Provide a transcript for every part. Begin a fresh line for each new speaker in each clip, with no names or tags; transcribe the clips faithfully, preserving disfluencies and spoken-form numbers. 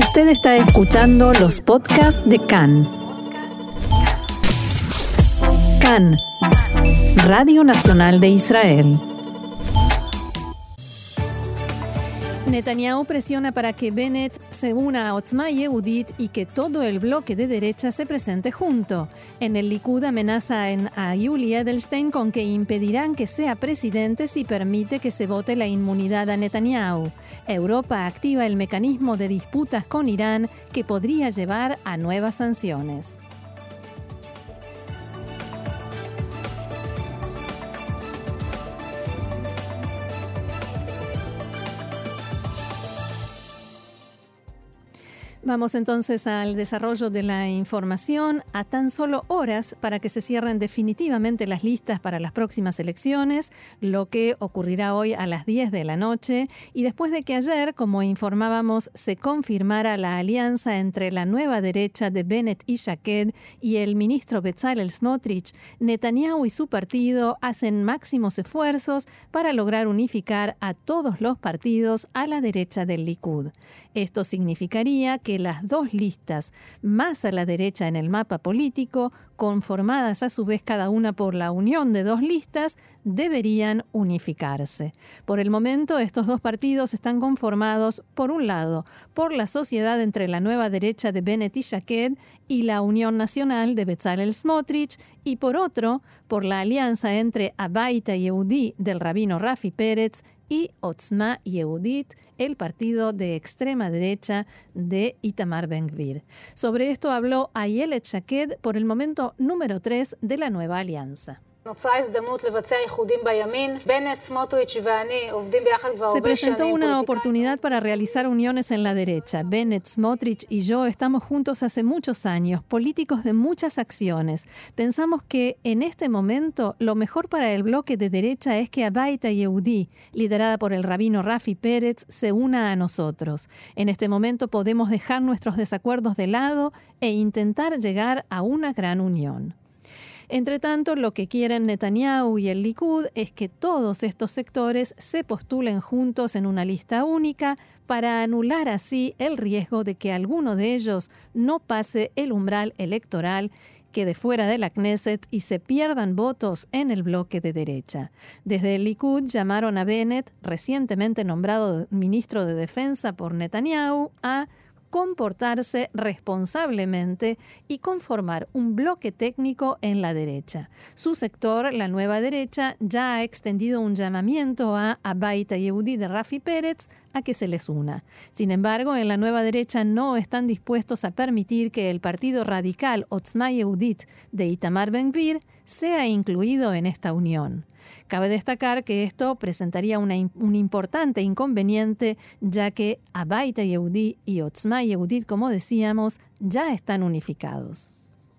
Usted está escuchando los podcasts de C A N. C A N, Radio Nacional de Israel.
Netanyahu presiona para que Bennett se una a Otzma Yehudit y que todo el bloque de derecha se presente junto. En el Likud amenazan a Yuli Edelstein con que impedirán que sea presidente si permite que se vote la inmunidad a Netanyahu. Europa activa el mecanismo de disputas con Irán que podría llevar a nuevas sanciones. Vamos entonces al desarrollo de la información. A tan solo horas para que se cierren definitivamente las listas para las próximas elecciones, lo que ocurrirá hoy a las diez de la noche, y después de que ayer, como informábamos, se confirmara la alianza entre la nueva derecha de Bennett y Shaked y el ministro Bezalel Smotrich, Netanyahu y su partido hacen máximos esfuerzos para lograr unificar a todos los partidos a la derecha del Likud. Esto significaría que las dos listas más a la derecha en el mapa político, conformadas a su vez cada una por la unión de dos listas, deberían unificarse. Por el momento, estos dos partidos están conformados, por un lado, por la sociedad entre la nueva derecha de Bennett y Shaked y la Unión Nacional de Bezalel Smotrich, y por otro, por la alianza entre Habayit Yehudi del rabino Rafi Peretz y Otzma Yehudit, el partido de extrema derecha de Itamar Ben-Gvir. Sobre esto habló Ayelet Shaked, por el momento número tres de la nueva alianza. Se presentó una oportunidad para realizar uniones en la derecha. Bennett, Smotrich y yo estamos juntos hace muchos años, políticos de muchas acciones. Pensamos que en este momento lo mejor para el bloque de derecha es que Habayit Yehudi, liderada por el rabino Rafi Peretz, se una a nosotros. En este momento podemos dejar nuestros desacuerdos de lado e intentar llegar a una gran unión. Entre tanto, lo que quieren Netanyahu y el Likud es que todos estos sectores se postulen juntos en una lista única para anular así el riesgo de que alguno de ellos no pase el umbral electoral, quede fuera de la Knesset y se pierdan votos en el bloque de derecha. Desde el Likud llamaron a Bennett, recientemente nombrado ministro de Defensa por Netanyahu, a comportarse responsablemente y conformar un bloque técnico en la derecha. Su sector, la nueva derecha, ya ha extendido un llamamiento a Habayit Yehudi de Rafi Peretz a que se les una. Sin embargo, en la nueva derecha no están dispuestos a permitir que el partido radical Otzma Yehudit de Itamar Ben-Gvir sea incluido en esta unión. Cabe destacar que esto presentaría una, un importante inconveniente, ya que Habayit Yehudi y Otzma Yehudit, como decíamos, ya están unificados.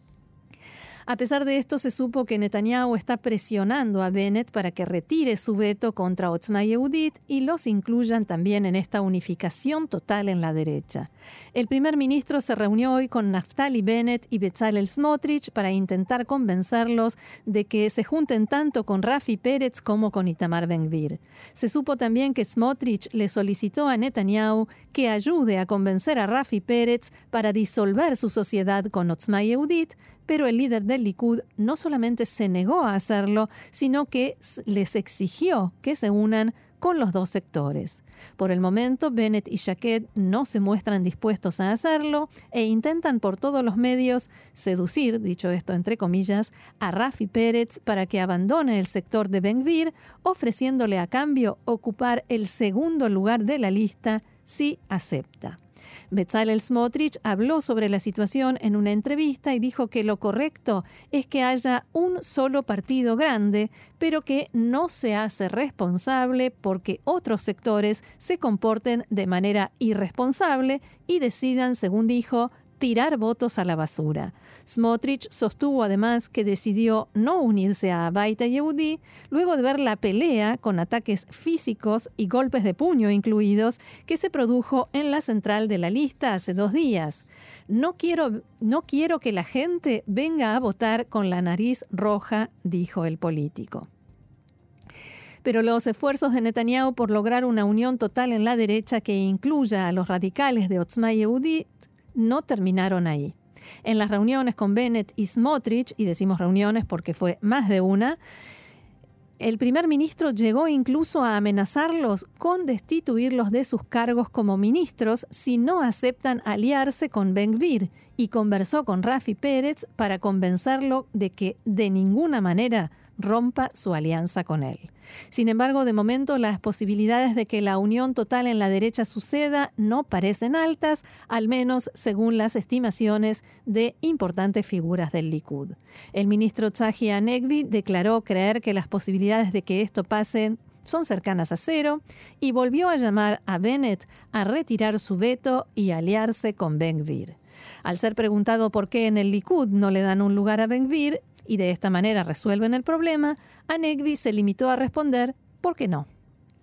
A pesar de esto, se supo que Netanyahu está presionando a Bennett para que retire su veto contra Otzma Yehudit y los incluyan también en esta unificación total en la derecha. El primer ministro se reunió hoy con Naftali Bennett y Bezalel Smotrich para intentar convencerlos de que se junten tanto con Rafi Peretz como con Itamar Ben-Gvir. Se supo también que Smotrich le solicitó a Netanyahu que ayude a convencer a Rafi Peretz para disolver su sociedad con Otzma Yehudit, pero el líder del Likud no solamente se negó a hacerlo, sino que les exigió que se unan con los dos sectores. Por el momento, Bennett y Shaked no se muestran dispuestos a hacerlo e intentan por todos los medios seducir, dicho esto entre comillas, a Rafi Peretz para que abandone el sector de Ben-Gvir, ofreciéndole a cambio ocupar el segundo lugar de la lista si acepta. Bezalel Smotrich habló sobre la situación en una entrevista y dijo que lo correcto es que haya un solo partido grande, pero que no se hace responsable porque otros sectores se comporten de manera irresponsable y decidan, según dijo, tirar votos a la basura. Smotrich sostuvo además que decidió no unirse a Habayit Yehudi luego de ver la pelea con ataques físicos y golpes de puño incluidos que se produjo en la central de la lista hace dos días. No quiero, no quiero que la gente venga a votar con la nariz roja, dijo el político. Pero los esfuerzos de Netanyahu por lograr una unión total en la derecha que incluya a los radicales de Otzma Yehudit no terminaron ahí. En las reuniones con Bennett y Smotrich, y decimos reuniones porque fue más de una, el primer ministro llegó incluso a amenazarlos con destituirlos de sus cargos como ministros si no aceptan aliarse con Ben Gvir, y conversó con Rafi Pérez para convencerlo de que de ninguna manera rompa su alianza con él. Sin embargo, de momento las posibilidades de que la unión total en la derecha suceda no parecen altas, al menos según las estimaciones de importantes figuras del Likud. El ministro Tzahi Hanegbi declaró creer que las posibilidades de que esto pase son cercanas a cero y volvió a llamar a Bennett a retirar su veto y aliarse con Ben Gvir. Al ser preguntado por qué en el Likud no le dan un lugar a Ben Gvir y de esta manera resuelven el problema, Hanegbi se limitó a responder ¿por qué no?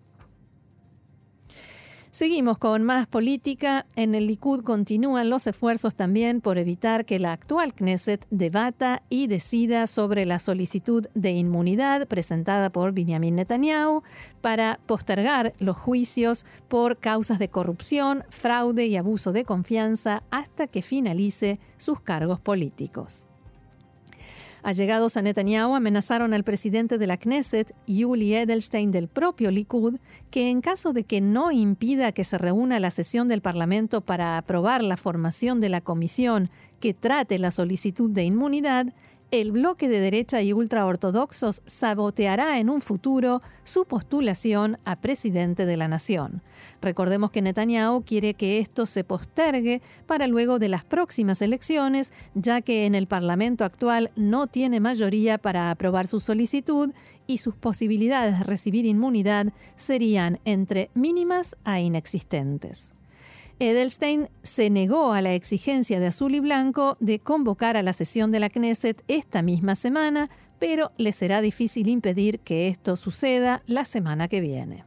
Seguimos con más política. En el Likud continúan los esfuerzos también por evitar que la actual Knesset debata y decida sobre la solicitud de inmunidad presentada por Benjamin Netanyahu para postergar los juicios por causas de corrupción, fraude y abuso de confianza hasta que finalice sus cargos políticos. Allegados a Netanyahu amenazaron al presidente de la Knesset, Yuli Edelstein, del propio Likud, que en caso de que no impida que se reúna la sesión del Parlamento para aprobar la formación de la comisión que trate la solicitud de inmunidad, el bloque de derecha y ultraortodoxos saboteará en un futuro su postulación a presidente de la nación. Recordemos que Netanyahu quiere que esto se postergue para luego de las próximas elecciones, ya que en el Parlamento actual no tiene mayoría para aprobar su solicitud y sus posibilidades de recibir inmunidad serían entre mínimas a inexistentes. Edelstein se negó a la exigencia de Azul y Blanco de convocar a la sesión de la Knesset esta misma semana, pero le será difícil impedir que esto suceda la semana que viene.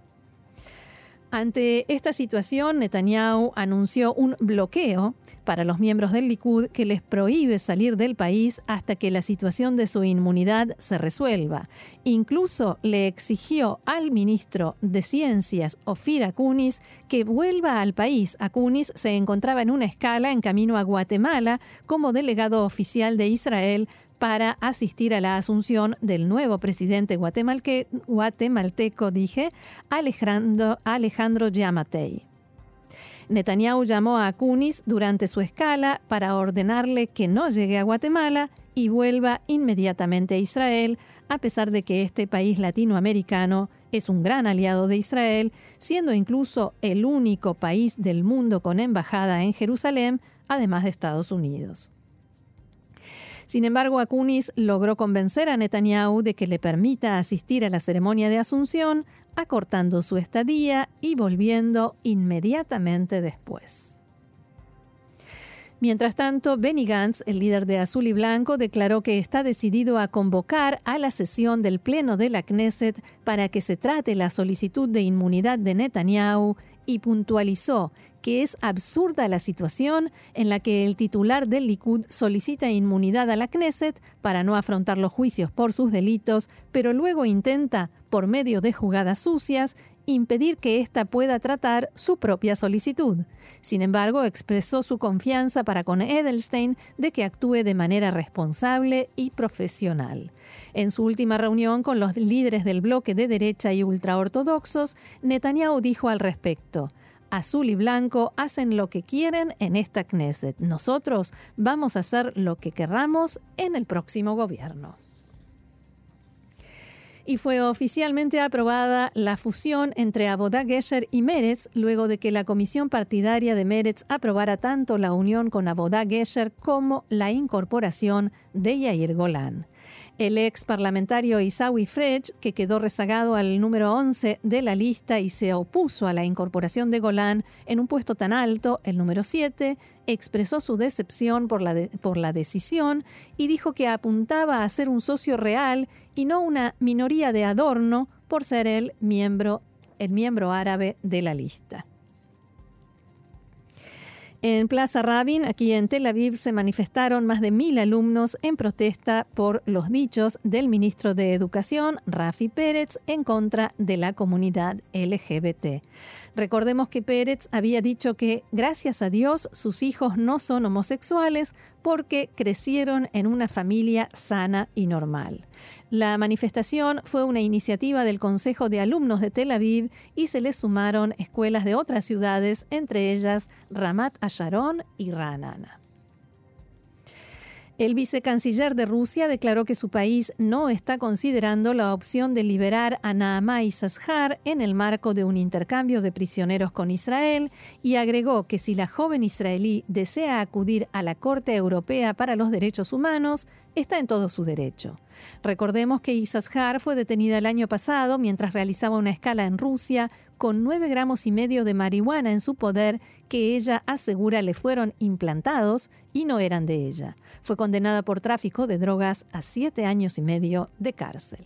Ante esta situación, Netanyahu anunció un bloqueo para los miembros del Likud que les prohíbe salir del país hasta que la situación de su inmunidad se resuelva. Incluso le exigió al ministro de Ciencias, Ofir Akunis, que vuelva al país. Akunis se encontraba en una escala en camino a Guatemala como delegado oficial de Israel para asistir a la asunción del nuevo presidente guatemalque, guatemalteco, dije, Alejandro, Alejandro Yamatei. Netanyahu llamó a Akunis durante su escala para ordenarle que no llegue a Guatemala y vuelva inmediatamente a Israel, a pesar de que este país latinoamericano es un gran aliado de Israel, siendo incluso el único país del mundo con embajada en Jerusalén, además de Estados Unidos. Sin embargo, Akunis logró convencer a Netanyahu de que le permita asistir a la ceremonia de asunción, acortando su estadía y volviendo inmediatamente después. Mientras tanto, Benny Gantz, el líder de Azul y Blanco, declaró que está decidido a convocar a la sesión del Pleno de la Knesset para que se trate la solicitud de inmunidad de Netanyahu y puntualizó que es absurda la situación en la que el titular del Likud solicita inmunidad a la Knesset para no afrontar los juicios por sus delitos, pero luego intenta, por medio de jugadas sucias, impedir que ésta pueda tratar su propia solicitud. Sin embargo, expresó su confianza para con Edelstein de que actúe de manera responsable y profesional. En su última reunión con los líderes del bloque de derecha y ultraortodoxos, Netanyahu dijo al respecto: Azul y Blanco hacen lo que quieren en esta Knesset. Nosotros vamos a hacer lo que querramos en el próximo gobierno. Y fue oficialmente aprobada la fusión entre Avodah Gesher y Meretz, luego de que la comisión partidaria de Meretz aprobara tanto la unión con Avodah Gesher como la incorporación de Yair Golan. El ex parlamentario Isawi Frech, que quedó rezagado al número once de la lista y se opuso a la incorporación de Golan en un puesto tan alto, el número siete, expresó su decepción por la, de, por la decisión y dijo que apuntaba a ser un socio real y no una minoría de adorno por ser el miembro, el miembro árabe de la lista. En Plaza Rabin, aquí en Tel Aviv, se manifestaron más de mil alumnos en protesta por los dichos del ministro de Educación, Rafi Peretz, en contra de la comunidad L G B T. Recordemos que Peretz había dicho que, gracias a Dios, sus hijos no son homosexuales porque crecieron en una familia sana y normal. La manifestación fue una iniciativa del Consejo de Alumnos de Tel Aviv y se le sumaron escuelas de otras ciudades, entre ellas Ramat Hasharon y Ra'anana. El vicecanciller de Rusia declaró que su país no está considerando la opción de liberar a Naamá Issachar en el marco de un intercambio de prisioneros con Israel y agregó que si la joven israelí desea acudir a la Corte Europea para los Derechos Humanos, está en todo su derecho. Recordemos que Issachar fue detenida el año pasado mientras realizaba una escala en Rusia con nueve gramos y medio de marihuana en su poder que ella asegura le fueron implantados y no eran de ella. Fue condenada por tráfico de drogas a siete años y medio de cárcel.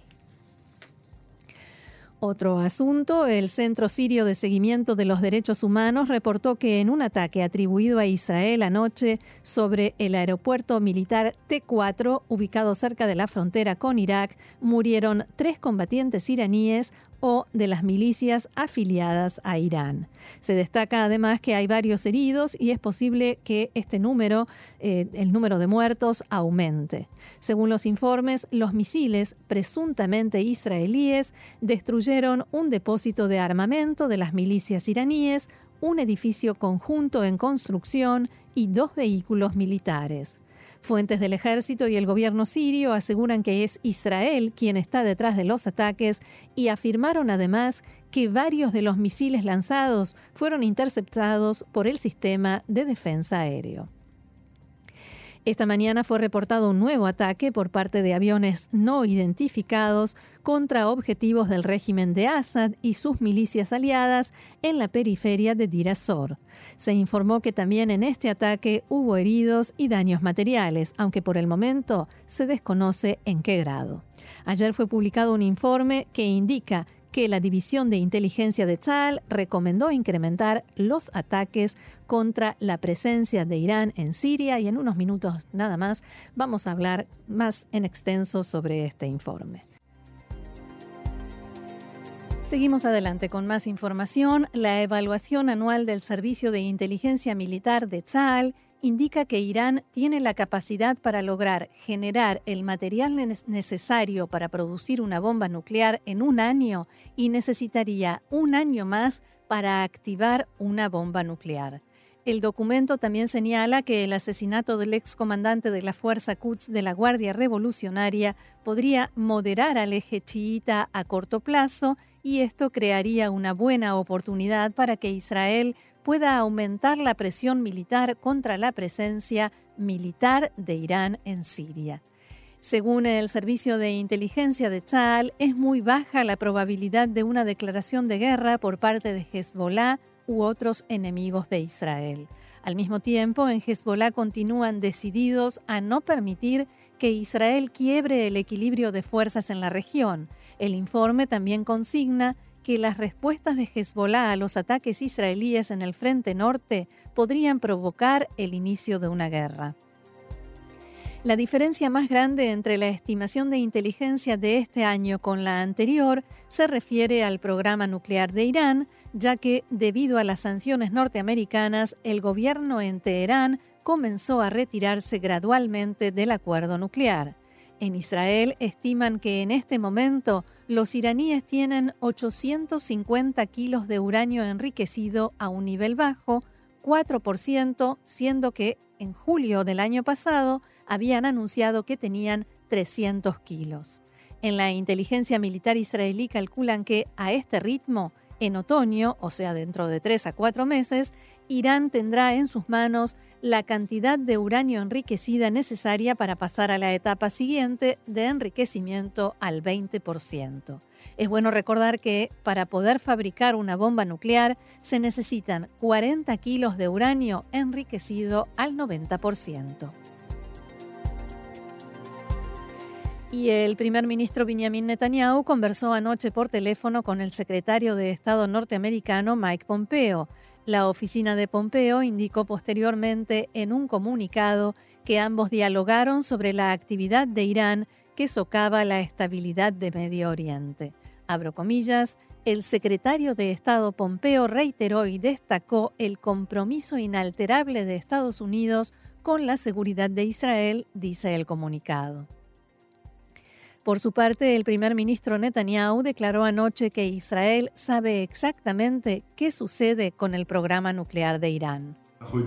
Otro asunto, el Centro Sirio de Seguimiento de los Derechos Humanos reportó que en un ataque atribuido a Israel anoche sobre el aeropuerto militar T cuatro, ubicado cerca de la frontera con Irak, murieron tres combatientes iraníes o de las milicias afiliadas a Irán. Se destaca además que hay varios heridos y es posible que este número, eh, el número de muertos, aumente. Según los informes, los misiles presuntamente israelíes destruyeron un depósito de armamento de las milicias iraníes, un edificio conjunto en construcción y dos vehículos militares. Fuentes del ejército y el gobierno sirio aseguran que es Israel quien está detrás de los ataques y afirmaron además que varios de los misiles lanzados fueron interceptados por el sistema de defensa aéreo. Esta mañana fue reportado un nuevo ataque por parte de aviones no identificados contra objetivos del régimen de Assad y sus milicias aliadas en la periferia de Deir ez-Zor. Se informó que también en este ataque hubo heridos y daños materiales, aunque por el momento se desconoce en qué grado. Ayer fue publicado un informe que indica que la División de Inteligencia de Tzal recomendó incrementar los ataques contra la presencia de Irán en Siria y en unos minutos nada más vamos a hablar más en extenso sobre este informe. Seguimos adelante con más información. La evaluación anual del Servicio de Inteligencia Militar de Tzal indica que Irán tiene la capacidad para lograr generar el material necesario para producir una bomba nuclear en un año y necesitaría un año más para activar una bomba nuclear. El documento también señala que el asesinato del excomandante de la Fuerza Quds de la Guardia Revolucionaria podría moderar al eje chiita a corto plazo y esto crearía una buena oportunidad para que Israel pueda aumentar la presión militar contra la presencia militar de Irán en Siria. Según el Servicio de Inteligencia de Tzal, es muy baja la probabilidad de una declaración de guerra por parte de Hezbollah u otros enemigos de Israel. Al mismo tiempo, en Hezbollah continúan decididos a no permitir que Israel quiebre el equilibrio de fuerzas en la región. El informe también consigna que las respuestas de Hezbollah a los ataques israelíes en el frente norte podrían provocar el inicio de una guerra. La diferencia más grande entre la estimación de inteligencia de este año con la anterior se refiere al programa nuclear de Irán, ya que debido a las sanciones norteamericanas, el gobierno en Teherán comenzó a retirarse gradualmente del acuerdo nuclear. En Israel estiman que en este momento los iraníes tienen ochocientos cincuenta kilos de uranio enriquecido a un nivel bajo, cuatro por ciento, siendo que en julio del año pasado habían anunciado que tenían trescientos kilos. En la inteligencia militar israelí calculan que a este ritmo, en otoño, o sea dentro de tres a cuatro meses, Irán tendrá en sus manos la cantidad de uranio enriquecida necesaria para pasar a la etapa siguiente de enriquecimiento al veinte por ciento. Es bueno recordar que para poder fabricar una bomba nuclear se necesitan cuarenta kilos de uranio enriquecido al noventa por ciento. Y el primer ministro Benjamin Netanyahu conversó anoche por teléfono con el secretario de Estado norteamericano Mike Pompeo. La oficina de Pompeo indicó posteriormente en un comunicado que ambos dialogaron sobre la actividad de Irán que socava la estabilidad de Medio Oriente. Abro comillas, el secretario de Estado Pompeo reiteró y destacó el compromiso inalterable de Estados Unidos con la seguridad de Israel, dice el comunicado. Por su parte, el primer ministro Netanyahu declaró anoche que Israel sabe exactamente qué sucede con el programa nuclear de Irán.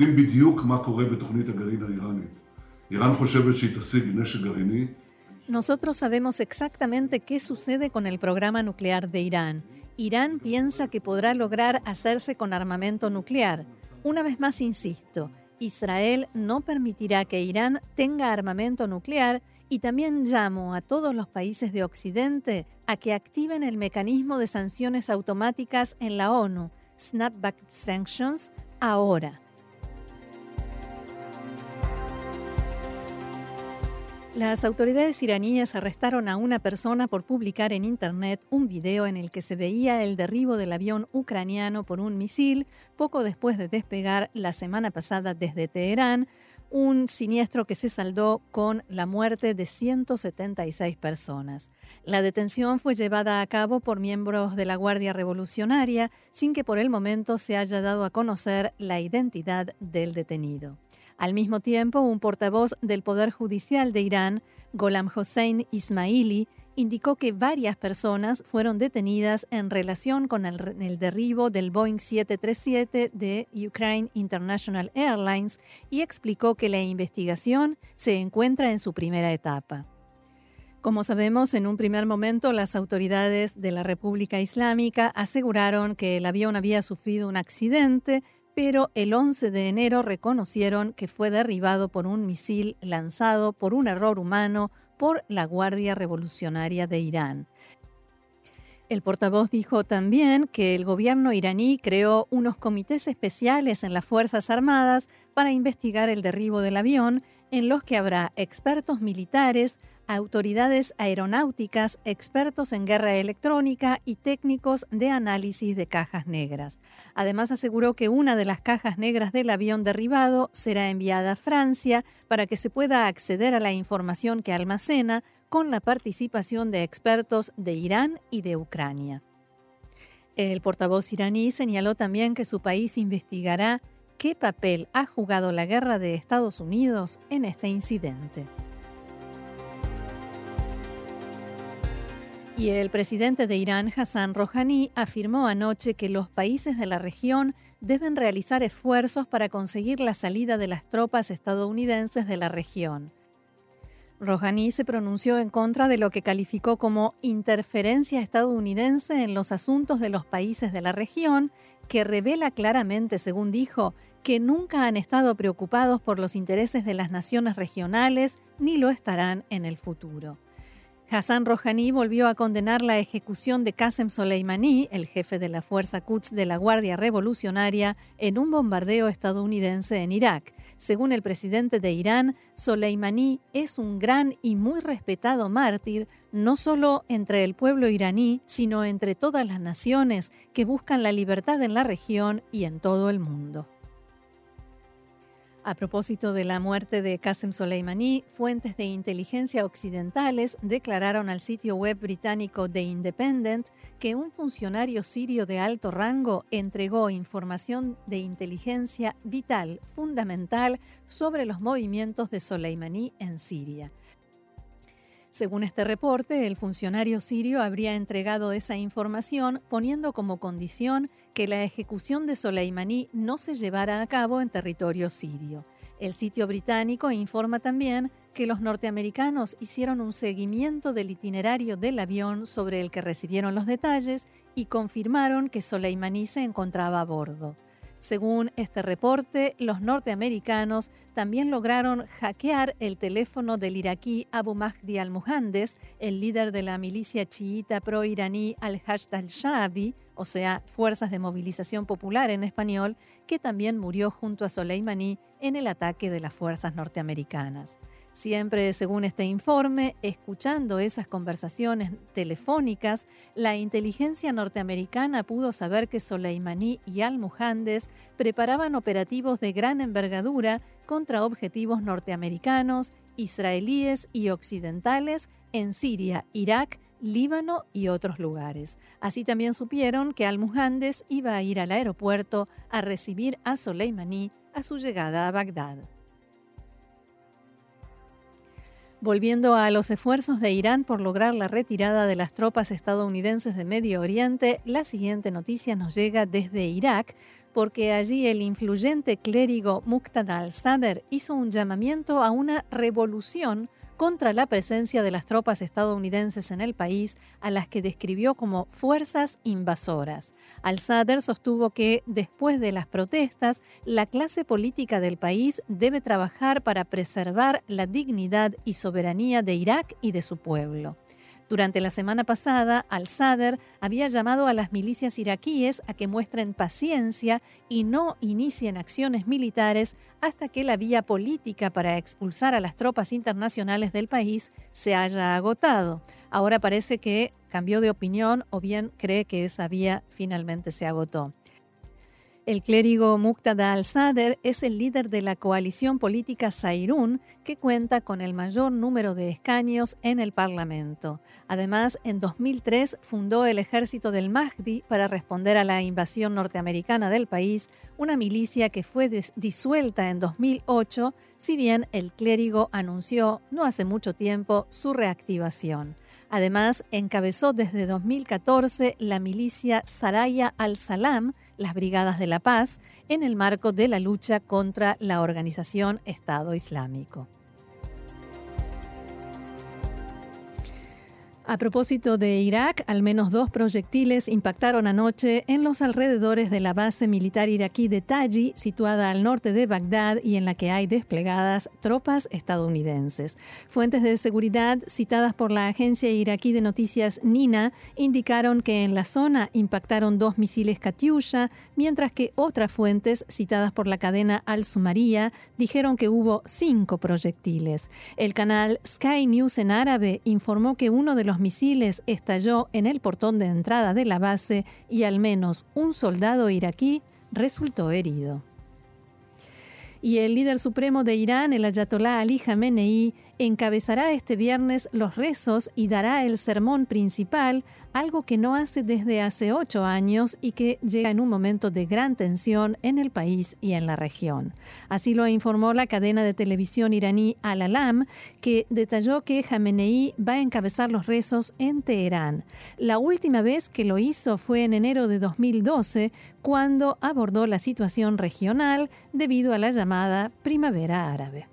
Nosotros sabemos exactamente qué sucede con el programa nuclear de Irán. Irán piensa que podrá lograr hacerse con armamento nuclear. Una vez más insisto, Israel no permitirá que Irán tenga armamento nuclear y también llamo a todos los países de Occidente a que activen el mecanismo de sanciones automáticas en la ONU, Snapback Sanctions, ahora. Las autoridades iraníes arrestaron a una persona por publicar en Internet un video en el que se veía el derribo del avión ucraniano por un misil poco después de despegar la semana pasada desde Teherán, un siniestro que se saldó con la muerte de ciento setenta y seis personas. La detención fue llevada a cabo por miembros de la Guardia Revolucionaria sin que por el momento se haya dado a conocer la identidad del detenido. Al mismo tiempo, un portavoz del Poder Judicial de Irán, Gholam Hossein Ismaili, indicó que varias personas fueron detenidas en relación con el, el derribo del Boeing siete treinta y siete de Ukraine International Airlines y explicó que la investigación se encuentra en su primera etapa. Como sabemos, en un primer momento las autoridades de la República Islámica aseguraron que el avión había sufrido un accidente, pero el once de enero reconocieron que fue derribado por un misil lanzado por un error humano por la Guardia Revolucionaria de Irán. El portavoz dijo también que el gobierno iraní creó unos comités especiales en las Fuerzas Armadas para investigar el derribo del avión, en los que habrá expertos militares, autoridades aeronáuticas, expertos en guerra electrónica y técnicos de análisis de cajas negras. Además, aseguró que una de las cajas negras del avión derribado será enviada a Francia para que se pueda acceder a la información que almacena con la participación de expertos de Irán y de Ucrania. El portavoz iraní señaló también que su país investigará qué papel ha jugado la guerra de Estados Unidos en este incidente. Y el presidente de Irán, Hassan Rouhani, afirmó anoche que los países de la región deben realizar esfuerzos para conseguir la salida de las tropas estadounidenses de la región. Rouhani se pronunció en contra de lo que calificó como interferencia estadounidense en los asuntos de los países de la región, que revela claramente, según dijo, que nunca han estado preocupados por los intereses de las naciones regionales ni lo estarán en el futuro. Hassan Rouhani volvió a condenar la ejecución de Qasem Soleimani, el jefe de la Fuerza Quds de la Guardia Revolucionaria, en un bombardeo estadounidense en Irak. Según el presidente de Irán, Soleimani es un gran y muy respetado mártir, no solo entre el pueblo iraní, sino entre todas las naciones que buscan la libertad en la región y en todo el mundo. A propósito de la muerte de Qasem Soleimani, fuentes de inteligencia occidentales declararon al sitio web británico The Independent que un funcionario sirio de alto rango entregó información de inteligencia vital, fundamental, sobre los movimientos de Soleimani en Siria. Según este reporte, el funcionario sirio habría entregado esa información poniendo como condición que la ejecución de Soleimani no se llevara a cabo en territorio sirio. El sitio británico informa también que los norteamericanos hicieron un seguimiento del itinerario del avión sobre el que recibieron los detalles y confirmaron que Soleimani se encontraba a bordo. Según este reporte, los norteamericanos también lograron hackear el teléfono del iraquí Abu Mahdi al-Muhandes, el líder de la milicia chiita pro-iraní al-Hashd al-Shaabi, o sea, Fuerzas de Movilización Popular en español, que también murió junto a Soleimani en el ataque de las fuerzas norteamericanas. Siempre, según este informe, escuchando esas conversaciones telefónicas, la inteligencia norteamericana pudo saber que Soleimani y al-Muhandis preparaban operativos de gran envergadura contra objetivos norteamericanos, israelíes y occidentales en Siria, Irak, Líbano y otros lugares. Así también supieron que al-Muhandis iba a ir al aeropuerto a recibir a Soleimani a su llegada a Bagdad. Volviendo a los esfuerzos de Irán por lograr la retirada de las tropas estadounidenses de Medio Oriente, la siguiente noticia nos llega desde Irak, porque allí el influyente clérigo Muqtada al-Sadr hizo un llamamiento a una revolución contra la presencia de las tropas estadounidenses en el país, a las que describió como fuerzas invasoras. Al-Sadr sostuvo que, después de las protestas, la clase política del país debe trabajar para preservar la dignidad y soberanía de Irak y de su pueblo. Durante la semana pasada, al-Sadr había llamado a las milicias iraquíes a que muestren paciencia y no inicien acciones militares hasta que la vía política para expulsar a las tropas internacionales del país se haya agotado. Ahora parece que cambió de opinión o bien cree que esa vía finalmente se agotó. El clérigo Muqtada al-Sadr es el líder de la coalición política Zairun, que cuenta con el mayor número de escaños en el Parlamento. Además, en dos mil tres fundó el Ejército del Mahdi para responder a la invasión norteamericana del país, una milicia que fue des- disuelta en dos mil ocho, si bien el clérigo anunció no hace mucho tiempo su reactivación. Además, encabezó desde dos mil catorce la milicia Saraya al-Salam, las Brigadas de la Paz, en el marco de la lucha contra la organización Estado Islámico. A propósito de Irak, al menos dos proyectiles impactaron anoche en los alrededores de la base militar iraquí de Taji, situada al norte de Bagdad y en la que hay desplegadas tropas estadounidenses. Fuentes de seguridad citadas por la agencia iraquí de noticias NINA indicaron que en la zona impactaron dos misiles Katyusha, mientras que otras fuentes citadas por la cadena Al-Sumaria dijeron que hubo cinco proyectiles. El canal Sky News en árabe informó que uno de los misiles estalló en el portón de entrada de la base y al menos un soldado iraquí resultó herido. Y el líder supremo de Irán, el ayatolá Ali Jamenei, encabezará este viernes los rezos y dará el sermón principal, algo que no hace desde hace ocho años y que llega en un momento de gran tensión en el país y en la región. Así lo informó la cadena de televisión iraní Al-Alam, que detalló que Jamenei va a encabezar los rezos en Teherán. La última vez que lo hizo fue en enero de dos mil doce, cuando abordó la situación regional debido a la llamada Primavera Árabe.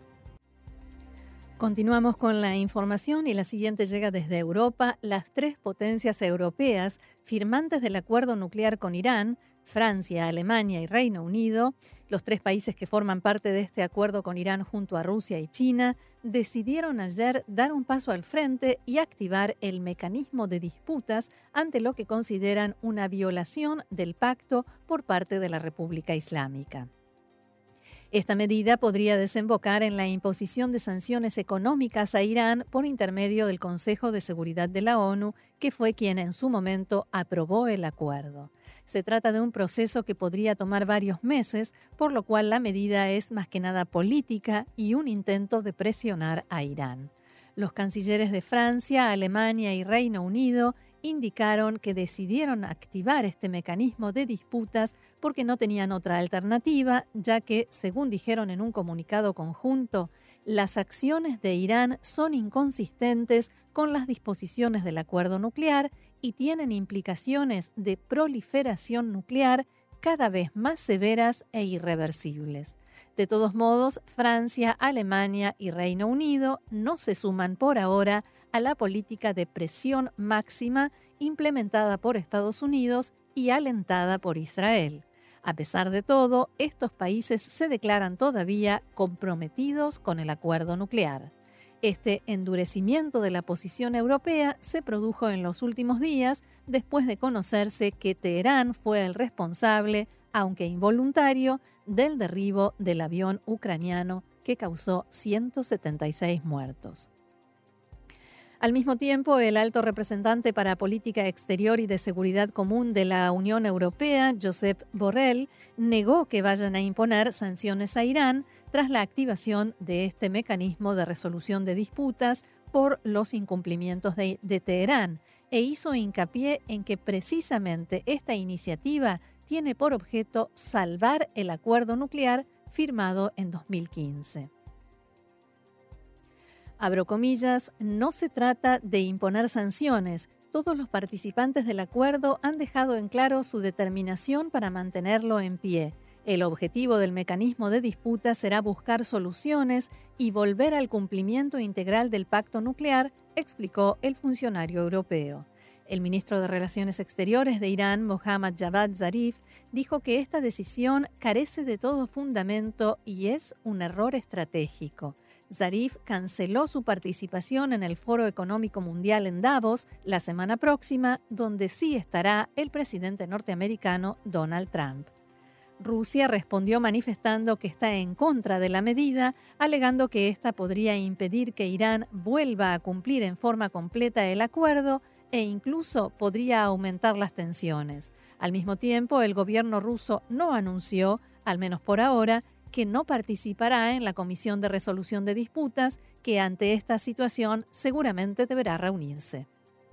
Continuamos con la información y la siguiente llega desde Europa. Las tres potencias europeas firmantes del acuerdo nuclear con Irán, Francia, Alemania y Reino Unido, los tres países que forman parte de este acuerdo con Irán junto a Rusia y China, decidieron ayer dar un paso al frente y activar el mecanismo de disputas ante lo que consideran una violación del pacto por parte de la República Islámica. Esta medida podría desembocar en la imposición de sanciones económicas a Irán por intermedio del Consejo de Seguridad de la ONU, que fue quien en su momento aprobó el acuerdo. Se trata de un proceso que podría tomar varios meses, por lo cual la medida es más que nada política y un intento de presionar a Irán. Los cancilleres de Francia, Alemania y Reino Unido indicaron que decidieron activar este mecanismo de disputas porque no tenían otra alternativa, ya que, según dijeron en un comunicado conjunto, las acciones de Irán son inconsistentes con las disposiciones del acuerdo nuclear y tienen implicaciones de proliferación nuclear cada vez más severas e irreversibles. De todos modos, Francia, Alemania y Reino Unido no se suman por ahora a la política de presión máxima implementada por Estados Unidos y alentada por Israel. A pesar de todo, estos países se declaran todavía comprometidos con el acuerdo nuclear. Este endurecimiento de la posición europea se produjo en los últimos días después de conocerse que Teherán fue el responsable, aunque involuntario, del derribo del avión ucraniano que causó ciento setenta y seis muertos. Al mismo tiempo, el alto representante para Política Exterior y de Seguridad Común de la Unión Europea, Josep Borrell, negó que vayan a imponer sanciones a Irán tras la activación de este mecanismo de resolución de disputas por los incumplimientos de, de Teherán, e hizo hincapié en que precisamente esta iniciativa tiene por objeto salvar el acuerdo nuclear firmado en dos mil quince. Abro comillas, no se trata de imponer sanciones. Todos los participantes del acuerdo han dejado en claro su determinación para mantenerlo en pie. El objetivo del mecanismo de disputa será buscar soluciones y volver al cumplimiento integral del pacto nuclear, explicó el funcionario europeo. El ministro de Relaciones Exteriores de Irán, Mohammad Javad Zarif, dijo que esta decisión carece de todo fundamento y es un error estratégico. Zarif canceló su participación en el Foro Económico Mundial en Davos la semana próxima, donde sí estará el presidente norteamericano Donald Trump. Rusia respondió manifestando que está en contra de la medida, alegando que esta podría impedir que Irán vuelva a cumplir en forma completa el acuerdo e incluso podría aumentar las tensiones. Al mismo tiempo, el gobierno ruso no anunció, al menos por ahora, que no participará en la Comisión de Resolución de Disputas, que ante esta situación seguramente deberá reunirse.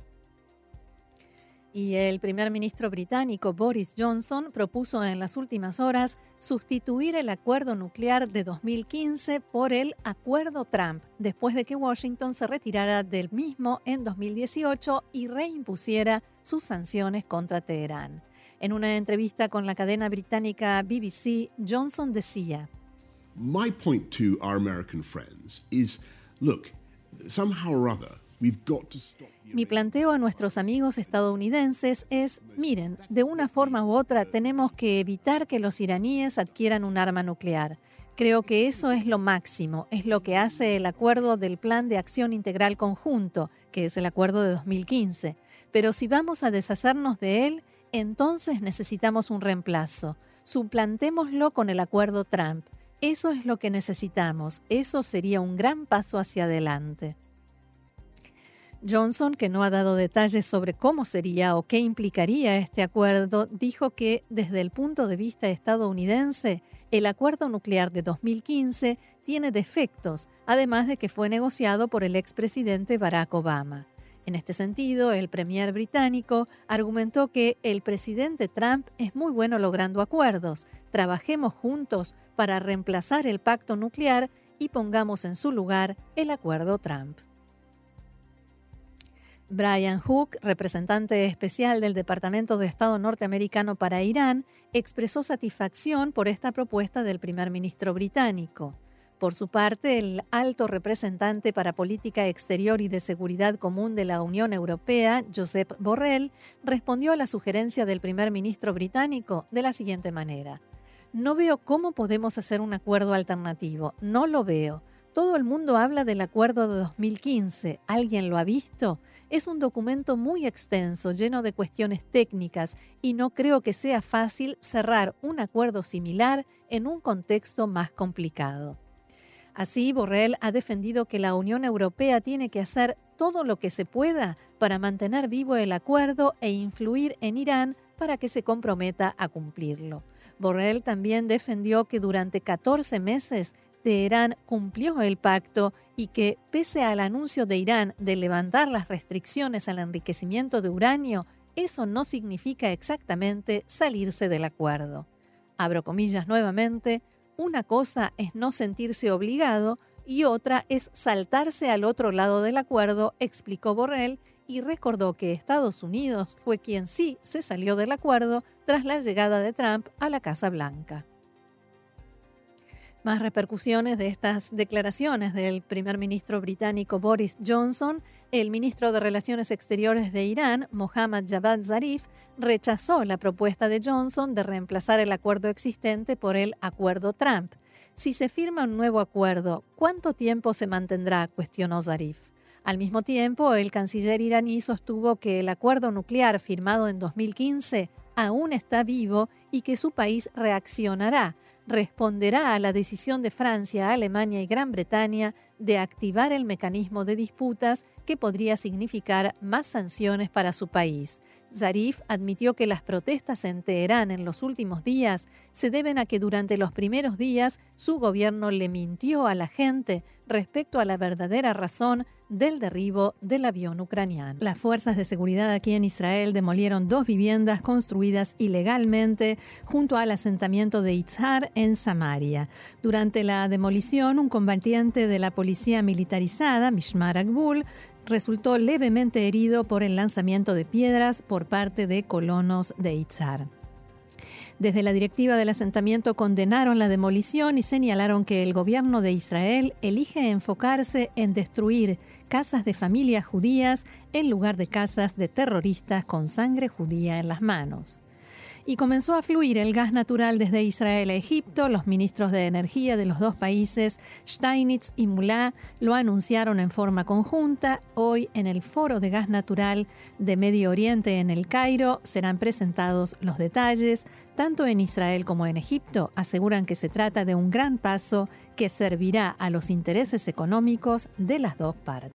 Y el primer ministro británico Boris Johnson propuso en las últimas horas sustituir el acuerdo nuclear de dos mil quince por el Acuerdo Trump, después de que Washington se retirara del mismo en dos mil dieciocho y reimpusiera sus sanciones contra Teherán. En una entrevista con la cadena británica B B C, Johnson decía:
My point to our American friends is, look, somehow or other, we've got to stop.
Mi planteo a nuestros amigos estadounidenses es, miren, de una forma u otra tenemos que evitar que los iraníes adquieran un arma nuclear. Creo que eso es lo máximo, es lo que hace el acuerdo del Plan de Acción Integral Conjunto, que es el acuerdo de dos mil quince. Pero si vamos a deshacernos de él, entonces necesitamos un reemplazo. Suplantémoslo con el acuerdo Trump. Eso es lo que necesitamos. Eso sería un gran paso hacia adelante. Johnson, que no ha dado detalles sobre cómo sería o qué implicaría este acuerdo, dijo que desde el punto de vista estadounidense, el acuerdo nuclear de dos mil quince tiene defectos, además de que fue negociado por el expresidente Barack Obama. En este sentido, el premier británico argumentó que el presidente Trump es muy bueno logrando acuerdos. Trabajemos juntos para reemplazar el pacto nuclear y pongamos en su lugar el acuerdo Trump. Brian Hook, representante especial del Departamento de Estado norteamericano para Irán, expresó satisfacción por esta propuesta del primer ministro británico. Por su parte, el alto representante para Política Exterior y de Seguridad Común de la Unión Europea, Josep Borrell, respondió a la sugerencia del primer ministro británico de la siguiente manera: no veo cómo podemos hacer un acuerdo alternativo, no lo veo. Todo el mundo habla del acuerdo de dos mil quince. ¿Alguien lo ha visto? Es un documento muy extenso, lleno de cuestiones técnicas, y no creo que sea fácil cerrar un acuerdo similar en un contexto más complicado. Así, Borrell ha defendido que la Unión Europea tiene que hacer todo lo que se pueda para mantener vivo el acuerdo e influir en Irán para que se comprometa a cumplirlo. Borrell también defendió que durante catorce meses Teherán cumplió el pacto y que, pese al anuncio de Irán de levantar las restricciones al enriquecimiento de uranio, eso no significa exactamente salirse del acuerdo. Abro comillas nuevamente, una cosa es no sentirse obligado y otra es saltarse al otro lado del acuerdo, explicó Borrell, y recordó que Estados Unidos fue quien sí se salió del acuerdo tras la llegada de Trump a la Casa Blanca. Más repercusiones de estas declaraciones del primer ministro británico Boris Johnson. El ministro de Relaciones Exteriores de Irán, Mohammad Javad Zarif, rechazó la propuesta de Johnson de reemplazar el acuerdo existente por el Acuerdo Trump. Si se firma un nuevo acuerdo, ¿cuánto tiempo se mantendrá?, cuestionó Zarif. Al mismo tiempo, el canciller iraní sostuvo que el acuerdo nuclear firmado en dos mil quince aún está vivo y que su país reaccionará, responderá a la decisión de Francia, Alemania y Gran Bretaña de activar el mecanismo de disputas que podría significar más sanciones para su país. Zarif admitió que las protestas en Teherán en los últimos días se deben a que durante los primeros días su gobierno le mintió a la gente respecto a la verdadera razón del derribo del avión ucraniano. Las fuerzas de seguridad aquí en Israel demolieron dos viviendas construidas ilegalmente junto al asentamiento de Itzhar en Samaria. Durante la demolición, un combatiente de la policía militarizada, Mishmar Agvul, resultó levemente herido por el lanzamiento de piedras por parte de colonos de Itzhar. Desde la directiva del asentamiento condenaron la demolición y señalaron que el gobierno de Israel elige enfocarse en destruir casas de familias judías en lugar de casas de terroristas con sangre judía en las manos. Y comenzó a fluir el gas natural desde Israel a Egipto. Los ministros de energía de los dos países, Steinitz y Mullah, lo anunciaron en forma conjunta. Hoy, en el Foro de Gas Natural de Medio Oriente en El Cairo, serán presentados los detalles. Tanto en Israel como en Egipto aseguran que se trata de un gran paso que servirá a los intereses económicos de las dos partes.